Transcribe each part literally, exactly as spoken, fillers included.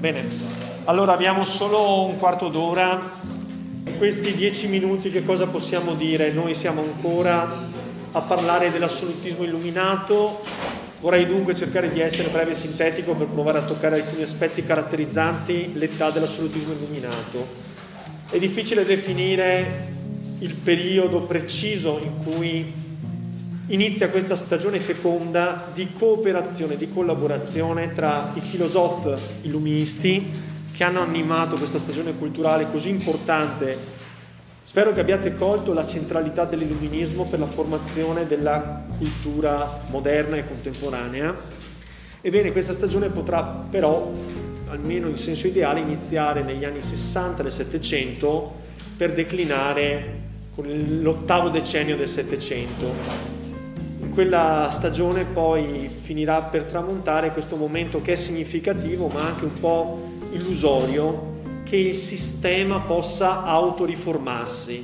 Bene, allora abbiamo solo un quarto d'ora. In questi dieci minuti che cosa possiamo dire? Noi siamo ancora a parlare dell'assolutismo illuminato. Vorrei dunque cercare di essere breve e sintetico per provare a toccare alcuni aspetti caratterizzanti l'età dell'assolutismo illuminato. È difficile definire il periodo preciso in cui inizia questa stagione feconda di cooperazione, di collaborazione tra i filosofi illuministi che hanno animato questa stagione culturale così importante. Spero che abbiate colto la centralità dell'illuminismo per la formazione della cultura moderna e contemporanea. Ebbene, questa stagione potrà però, almeno in senso ideale, iniziare negli anni sessanta del Settecento per declinare con l'ottavo decennio del Settecento. In quella stagione poi finirà per tramontare questo momento che è significativo ma anche un po' illusorio, che il sistema possa autoriformarsi,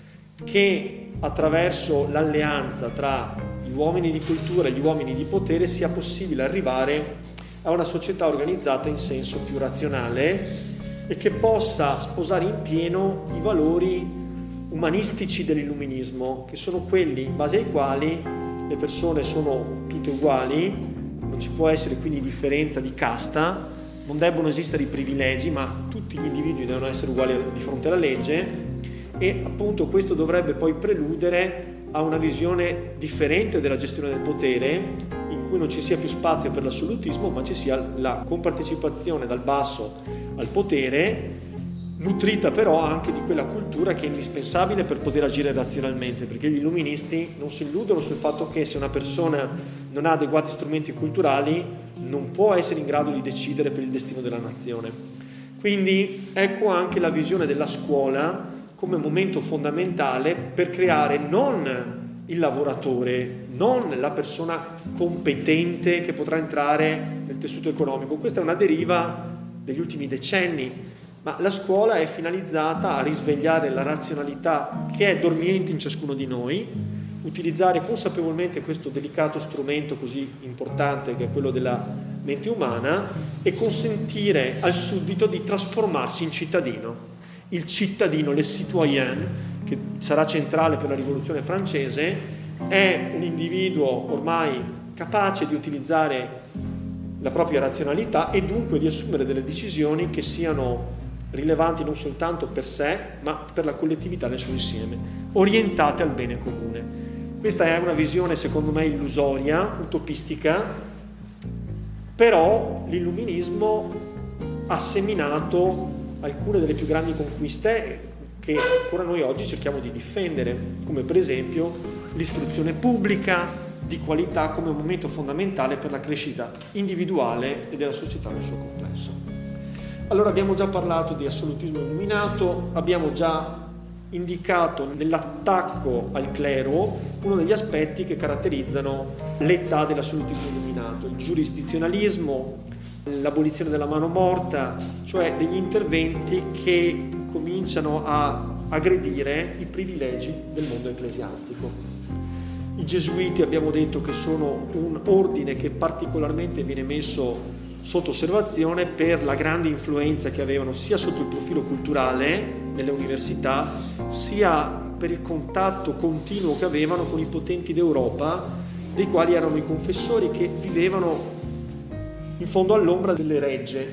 che attraverso l'alleanza tra gli uomini di cultura e gli uomini di potere sia possibile arrivare a una società organizzata in senso più razionale e che possa sposare in pieno i valori umanistici dell'illuminismo, che sono quelli in base ai quali le persone sono tutte uguali, non ci può essere quindi differenza di casta, non debbono esistere i privilegi, ma tutti gli individui devono essere uguali di fronte alla legge, e appunto questo dovrebbe poi preludere a una visione differente della gestione del potere, in cui non ci sia più spazio per l'assolutismo, ma ci sia la compartecipazione dal basso al potere, nutrita però anche di quella cultura che è indispensabile per poter agire razionalmente, perché gli illuministi non si illudono sul fatto che se una persona non ha adeguati strumenti culturali non può essere in grado di decidere per il destino della nazione. Quindi ecco anche la visione della scuola come momento fondamentale per creare non il lavoratore, non la persona competente che potrà entrare nel tessuto economico. Questa è una deriva degli ultimi decenni. Ma la scuola è finalizzata a risvegliare la razionalità che è dormiente in ciascuno di noi, utilizzare consapevolmente questo delicato strumento così importante che è quello della mente umana e consentire al suddito di trasformarsi in cittadino. Il cittadino, le citoyen, che sarà centrale per la rivoluzione francese, è un individuo ormai capace di utilizzare la propria razionalità e dunque di assumere delle decisioni che siano rilevanti non soltanto per sé, ma per la collettività nel suo insieme, orientate al bene comune. Questa è una visione, secondo me, illusoria, utopistica, però l'illuminismo ha seminato alcune delle più grandi conquiste che ancora noi oggi cerchiamo di difendere, come per esempio l'istruzione pubblica di qualità come un momento fondamentale per la crescita individuale e della società nel suo complesso. Allora abbiamo già parlato di assolutismo illuminato, abbiamo già indicato nell'attacco al clero uno degli aspetti che caratterizzano l'età dell'assolutismo illuminato, il giurisdizionalismo, l'abolizione della mano morta, cioè degli interventi che cominciano a aggredire i privilegi del mondo ecclesiastico. I gesuiti abbiamo detto che sono un ordine che particolarmente viene messo sotto osservazione per la grande influenza che avevano sia sotto il profilo culturale nelle università, sia per il contatto continuo che avevano con i potenti d'Europa, dei quali erano i confessori che vivevano in fondo all'ombra delle regge.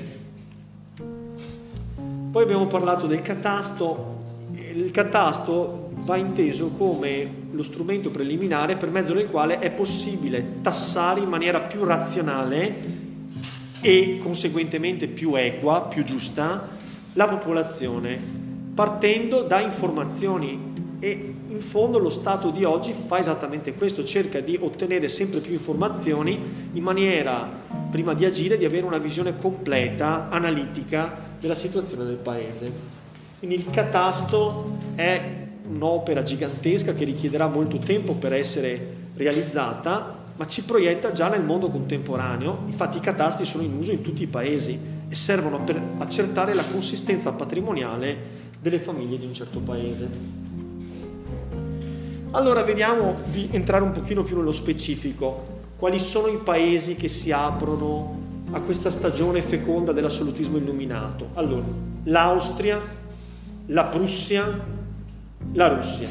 Poi abbiamo parlato del catasto. Il catasto va inteso come lo strumento preliminare per mezzo del quale è possibile tassare in maniera più razionale e conseguentemente più equa, più giusta, la popolazione, partendo da informazioni. E in fondo lo Stato di oggi fa esattamente questo, cerca di ottenere sempre più informazioni in maniera, prima di agire, di avere una visione completa, analitica della situazione del paese. Quindi il catasto è un'opera gigantesca che richiederà molto tempo per essere realizzata, ma ci proietta già nel mondo contemporaneo. Infatti i catastri sono in uso in tutti i paesi e servono per accertare la consistenza patrimoniale delle famiglie di un certo paese. Allora vediamo di entrare un pochino più nello specifico. Quali sono i paesi che si aprono a questa stagione feconda dell'assolutismo illuminato? Allora, l'Austria, la Prussia, la Russia.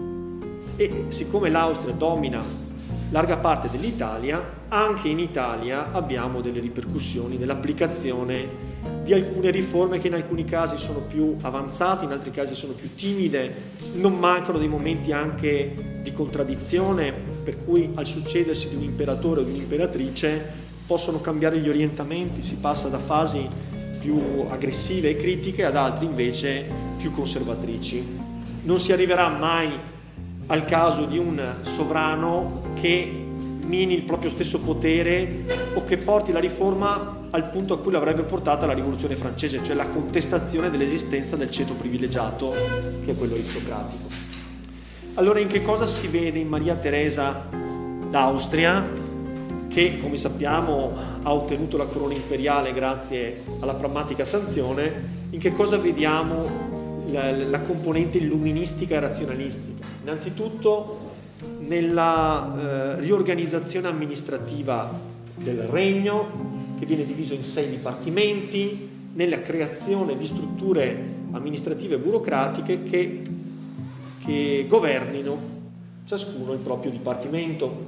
E siccome l'Austria domina larga parte dell'Italia, anche in Italia abbiamo delle ripercussioni dell'applicazione di alcune riforme che in alcuni casi sono più avanzate, in altri casi sono più timide. Non mancano dei momenti anche di contraddizione, per cui al succedersi di un imperatore o di un'imperatrice possono cambiare gli orientamenti, si passa da fasi più aggressive e critiche ad altre invece più conservatrici. Non si arriverà mai al caso di un sovrano che mini il proprio stesso potere o che porti la riforma al punto a cui l'avrebbe portata la rivoluzione francese, cioè la contestazione dell'esistenza del ceto privilegiato che è quello aristocratico. Allora, in che cosa si vede in Maria Teresa d'Austria, che come sappiamo ha ottenuto la corona imperiale grazie alla pragmatica sanzione? In che cosa vediamo la, la componente illuministica e razionalistica? Innanzitutto nella eh, riorganizzazione amministrativa del regno, che viene diviso in sei dipartimenti, nella creazione di strutture amministrative e burocratiche che, che governino ciascuno il proprio dipartimento,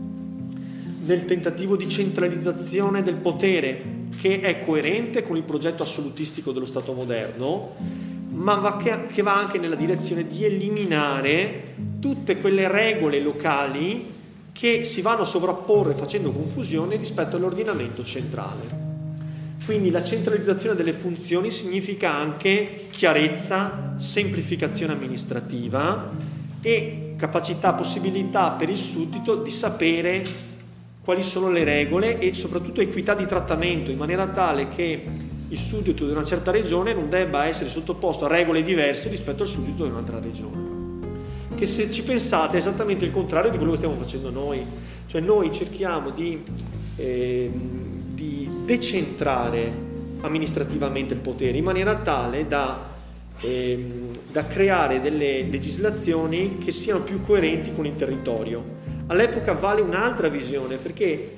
nel tentativo di centralizzazione del potere che è coerente con il progetto assolutistico dello Stato moderno, ma va che, che va anche nella direzione di eliminare tutte quelle regole locali che si vanno a sovrapporre facendo confusione rispetto all'ordinamento centrale. Quindi la centralizzazione delle funzioni significa anche chiarezza, semplificazione amministrativa e capacità, possibilità per il suddito di sapere quali sono le regole e soprattutto equità di trattamento, in maniera tale che il suddito di una certa regione non debba essere sottoposto a regole diverse rispetto al suddito di un'altra regione. Che se ci pensate è esattamente il contrario di quello che stiamo facendo noi, cioè noi cerchiamo di, eh, di decentrare amministrativamente il potere in maniera tale da, eh, da creare delle legislazioni che siano più coerenti con il territorio. All'epoca vale un'altra visione perché,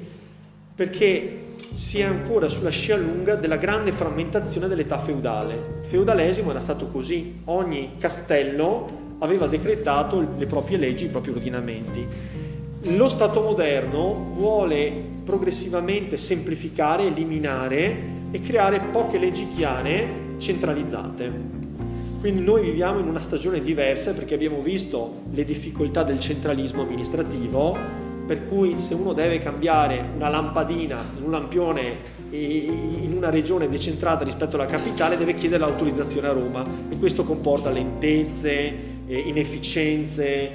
perché si è ancora sulla scia lunga della grande frammentazione dell'età feudale. Il feudalesimo era stato così, ogni castello aveva decretato le proprie leggi, i propri ordinamenti. Lo Stato moderno vuole progressivamente semplificare, eliminare e creare poche leggi chiare centralizzate. Quindi noi viviamo in una stagione diversa perché abbiamo visto le difficoltà del centralismo amministrativo, per cui se uno deve cambiare una lampadina in un lampione in una regione decentrata rispetto alla capitale deve chiedere l'autorizzazione a Roma e questo comporta lentezze, inefficienze,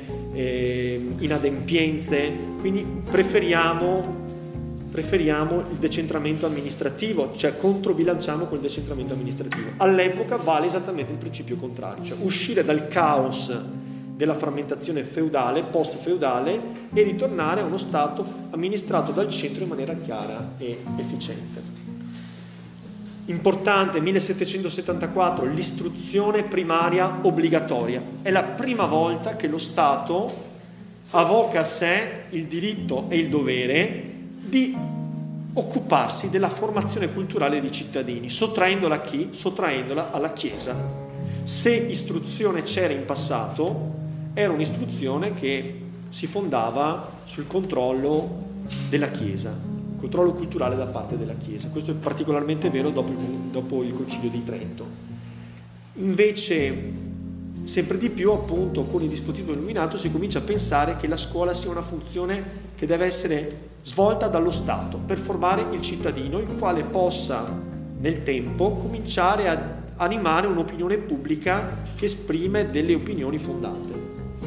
inadempienze, quindi preferiamo, preferiamo il decentramento amministrativo, cioè controbilanciamo col decentramento amministrativo. All'epoca vale esattamente il principio contrario, cioè uscire dal caos della frammentazione feudale, post-feudale e ritornare a uno Stato amministrato dal centro in maniera chiara e efficiente. Importante, millesettecentosettantaquattro, l'istruzione primaria obbligatoria. È la prima volta che lo Stato avoca a sé il diritto e il dovere di occuparsi della formazione culturale dei cittadini, sottraendola a chi? Sottraendola alla Chiesa. Se istruzione c'era in passato, era un'istruzione che si fondava sul controllo della Chiesa, controllo culturale da parte della Chiesa. Questo è particolarmente vero dopo il, dopo il Concilio di Trento. Invece, sempre di più, appunto, con il dispositivo illuminato si comincia a pensare che la scuola sia una funzione che deve essere svolta dallo Stato per formare il cittadino, il quale possa nel tempo cominciare a animare un'opinione pubblica che esprime delle opinioni fondate.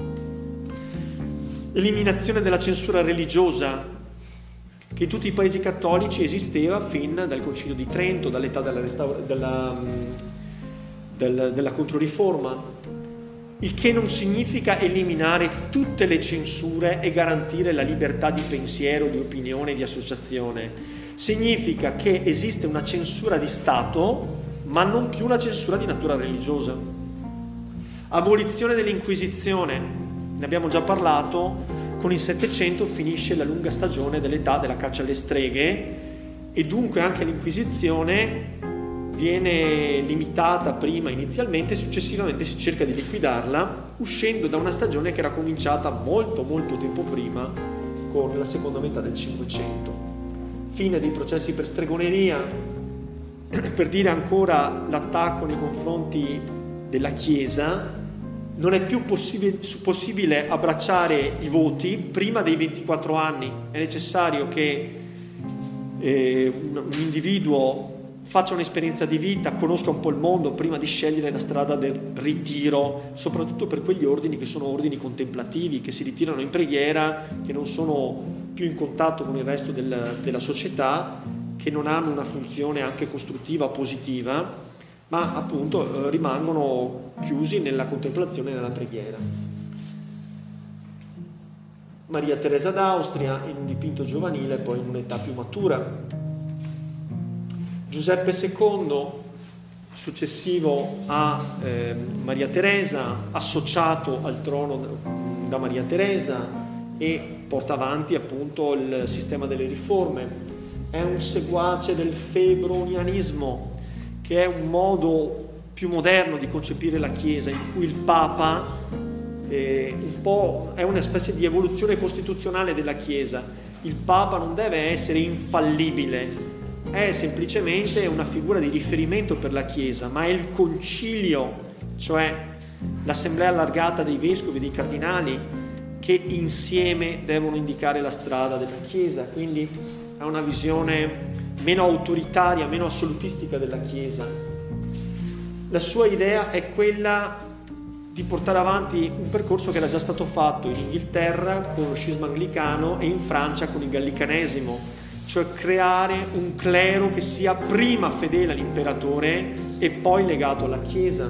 Eliminazione della censura religiosa, che in tutti i paesi cattolici esisteva fin dal Concilio di Trento, dall'età della, restaur- della, del, della Controriforma, il che non significa eliminare tutte le censure e garantire la libertà di pensiero, di opinione e di associazione. Significa che esiste una censura di Stato, ma non più una censura di natura religiosa. Abolizione dell'Inquisizione. Ne abbiamo già parlato, con il Settecento finisce la lunga stagione dell'età della caccia alle streghe e dunque anche l'Inquisizione viene limitata prima inizialmente, successivamente si cerca di liquidarla uscendo da una stagione che era cominciata molto molto tempo prima, con la seconda metà del Cinquecento. Fine dei processi per stregoneria, per dire ancora l'attacco nei confronti della Chiesa. Non è più possibile, possibile abbracciare i voti prima dei ventiquattro anni, è necessario che eh, un, un individuo faccia un'esperienza di vita, conosca un po' il mondo prima di scegliere la strada del ritiro, soprattutto per quegli ordini che sono ordini contemplativi, che si ritirano in preghiera, che non sono più in contatto con il resto del, della società, che non hanno una funzione anche costruttiva, positiva, ma appunto eh, rimangono chiusi nella contemplazione e nella preghiera. Maria Teresa d'Austria in un dipinto giovanile, poi in un'età più matura. Giuseppe secondo, successivo a eh, Maria Teresa, associato al trono da Maria Teresa e porta avanti appunto il sistema delle riforme. È un seguace del febronianismo, che è un modo più moderno di concepire la Chiesa, in cui il Papa eh, un po' è una specie di evoluzione costituzionale della Chiesa. Il Papa non deve essere infallibile, è semplicemente una figura di riferimento per la Chiesa, ma è il concilio, cioè l'assemblea allargata dei vescovi e dei cardinali, che insieme devono indicare la strada della Chiesa. Quindi ha una visione meno autoritaria, meno assolutistica della Chiesa. La sua idea è quella di portare avanti un percorso che era già stato fatto in Inghilterra con lo scisma anglicano e in Francia con il gallicanesimo, cioè creare un clero che sia prima fedele all'imperatore e poi legato alla Chiesa.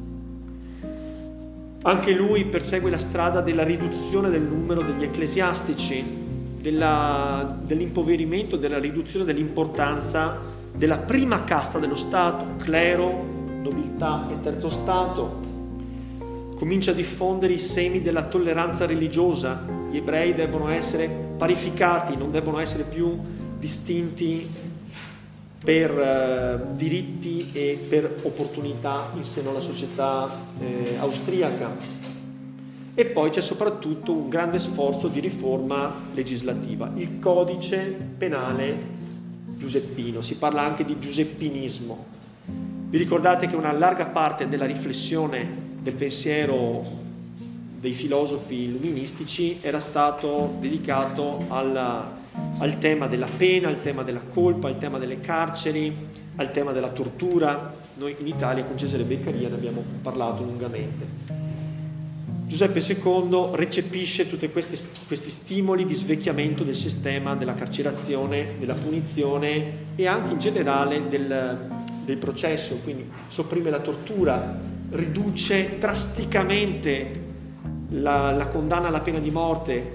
Anche lui persegue la strada della riduzione del numero degli ecclesiastici, della, dell'impoverimento, della riduzione dell'importanza della prima casta dello Stato, clero, nobiltà e terzo Stato. Comincia a diffondere i semi della tolleranza religiosa. Gli ebrei devono essere parificati, non devono essere più distinti per eh, diritti e per opportunità in seno alla società eh, austriaca. E poi c'è soprattutto un grande sforzo di riforma legislativa, il codice penale giuseppino, si parla anche di giuseppinismo. Vi ricordate che una larga parte della riflessione del pensiero dei filosofi illuministici era stato dedicato alla, al tema della pena, al tema della colpa, al tema delle carceri, al tema della tortura. Noi in Italia con Cesare Beccaria ne abbiamo parlato lungamente. Giuseppe secondo recepisce tutti questi, questi stimoli di svecchiamento del sistema della carcerazione, della punizione e anche in generale del, del processo, quindi sopprime la tortura, riduce drasticamente La, la condanna alla pena di morte,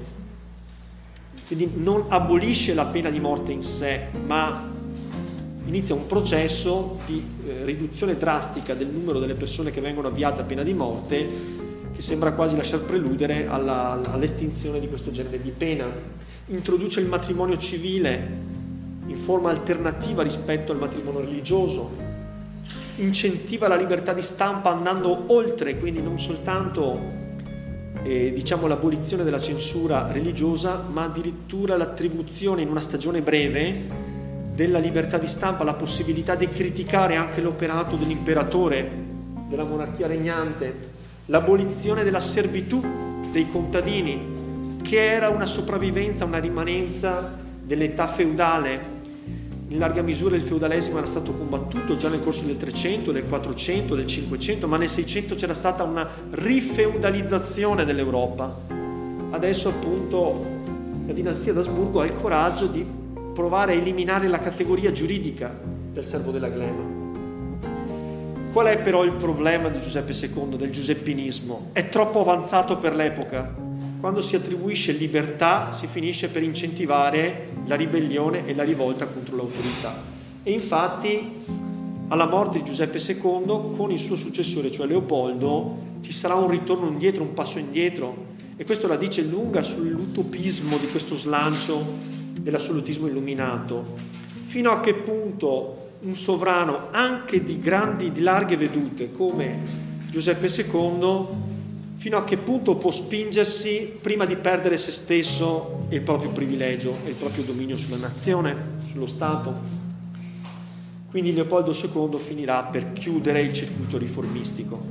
quindi non abolisce la pena di morte in sé, ma inizia un processo di eh, riduzione drastica del numero delle persone che vengono avviate a pena di morte, che sembra quasi lasciar preludere alla, all'estinzione di questo genere di pena. Introduce il matrimonio civile in forma alternativa rispetto al matrimonio religioso, incentiva la libertà di stampa andando oltre, quindi non soltanto Eh, diciamo l'abolizione della censura religiosa, ma addirittura l'attribuzione in una stagione breve della libertà di stampa, la possibilità di criticare anche l'operato dell'imperatore, della monarchia regnante, l'abolizione della servitù dei contadini, che era una sopravvivenza, una rimanenza dell'età feudale. In larga misura il feudalesimo era stato combattuto già nel corso del trecento, del quattrocento, del cinquecento, ma nel seicento c'era stata una rifeudalizzazione dell'Europa. Adesso appunto la dinastia d'Asburgo ha il coraggio di provare a eliminare la categoria giuridica del servo della gleba. Qual è però il problema di Giuseppe secondo, del giuseppinismo? È troppo avanzato per l'epoca. Quando si attribuisce libertà si finisce per incentivare la ribellione e la rivolta contro l'autorità. E infatti alla morte di Giuseppe secondo, con il suo successore, cioè Leopoldo, ci sarà un ritorno indietro, un passo indietro, e questo la dice lunga sull'utopismo di questo slancio dell'assolutismo illuminato. fino a che punto un sovrano anche di grandi, di larghe vedute come Giuseppe secondo, fino a che punto può spingersi prima di perdere se stesso e il proprio privilegio e il proprio dominio sulla nazione, sullo Stato. Quindi Leopoldo secondo finirà per chiudere il circuito riformistico.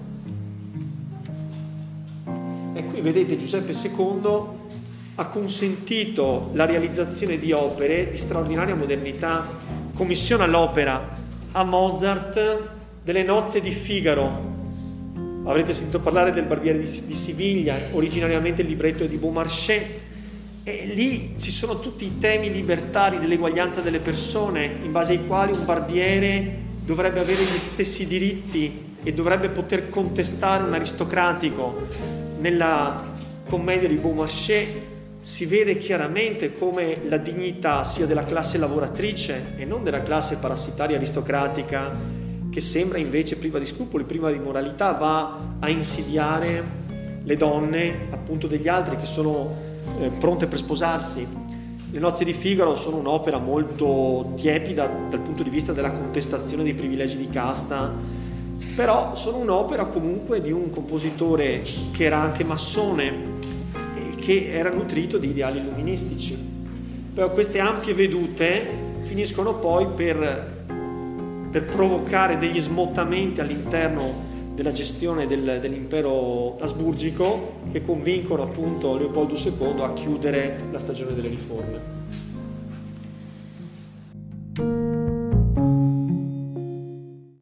E qui vedete Giuseppe secondo ha consentito la realizzazione di opere di straordinaria modernità, commissiona l'opera a Mozart delle nozze di Figaro. Avrete sentito parlare del Barbiere di, di Siviglia, originariamente il libretto è di Beaumarchais, e lì ci sono tutti i temi libertari dell'eguaglianza delle persone, in base ai quali un barbiere dovrebbe avere gli stessi diritti e dovrebbe poter contestare un aristocratico. Nella commedia di Beaumarchais si vede chiaramente come la dignità sia della classe lavoratrice e non della classe parassitaria aristocratica, che sembra invece priva di scrupoli, priva di moralità, va a insidiare le donne appunto degli altri che sono eh, pronte per sposarsi. Le nozze di Figaro sono un'opera molto tiepida dal punto di vista della contestazione dei privilegi di casta, però sono un'opera comunque di un compositore che era anche massone e che era nutrito di ideali illuministici. Però queste ampie vedute finiscono poi per per provocare degli smottamenti all'interno della gestione del, dell'impero asburgico che convincono appunto Leopoldo secondo a chiudere la stagione delle riforme.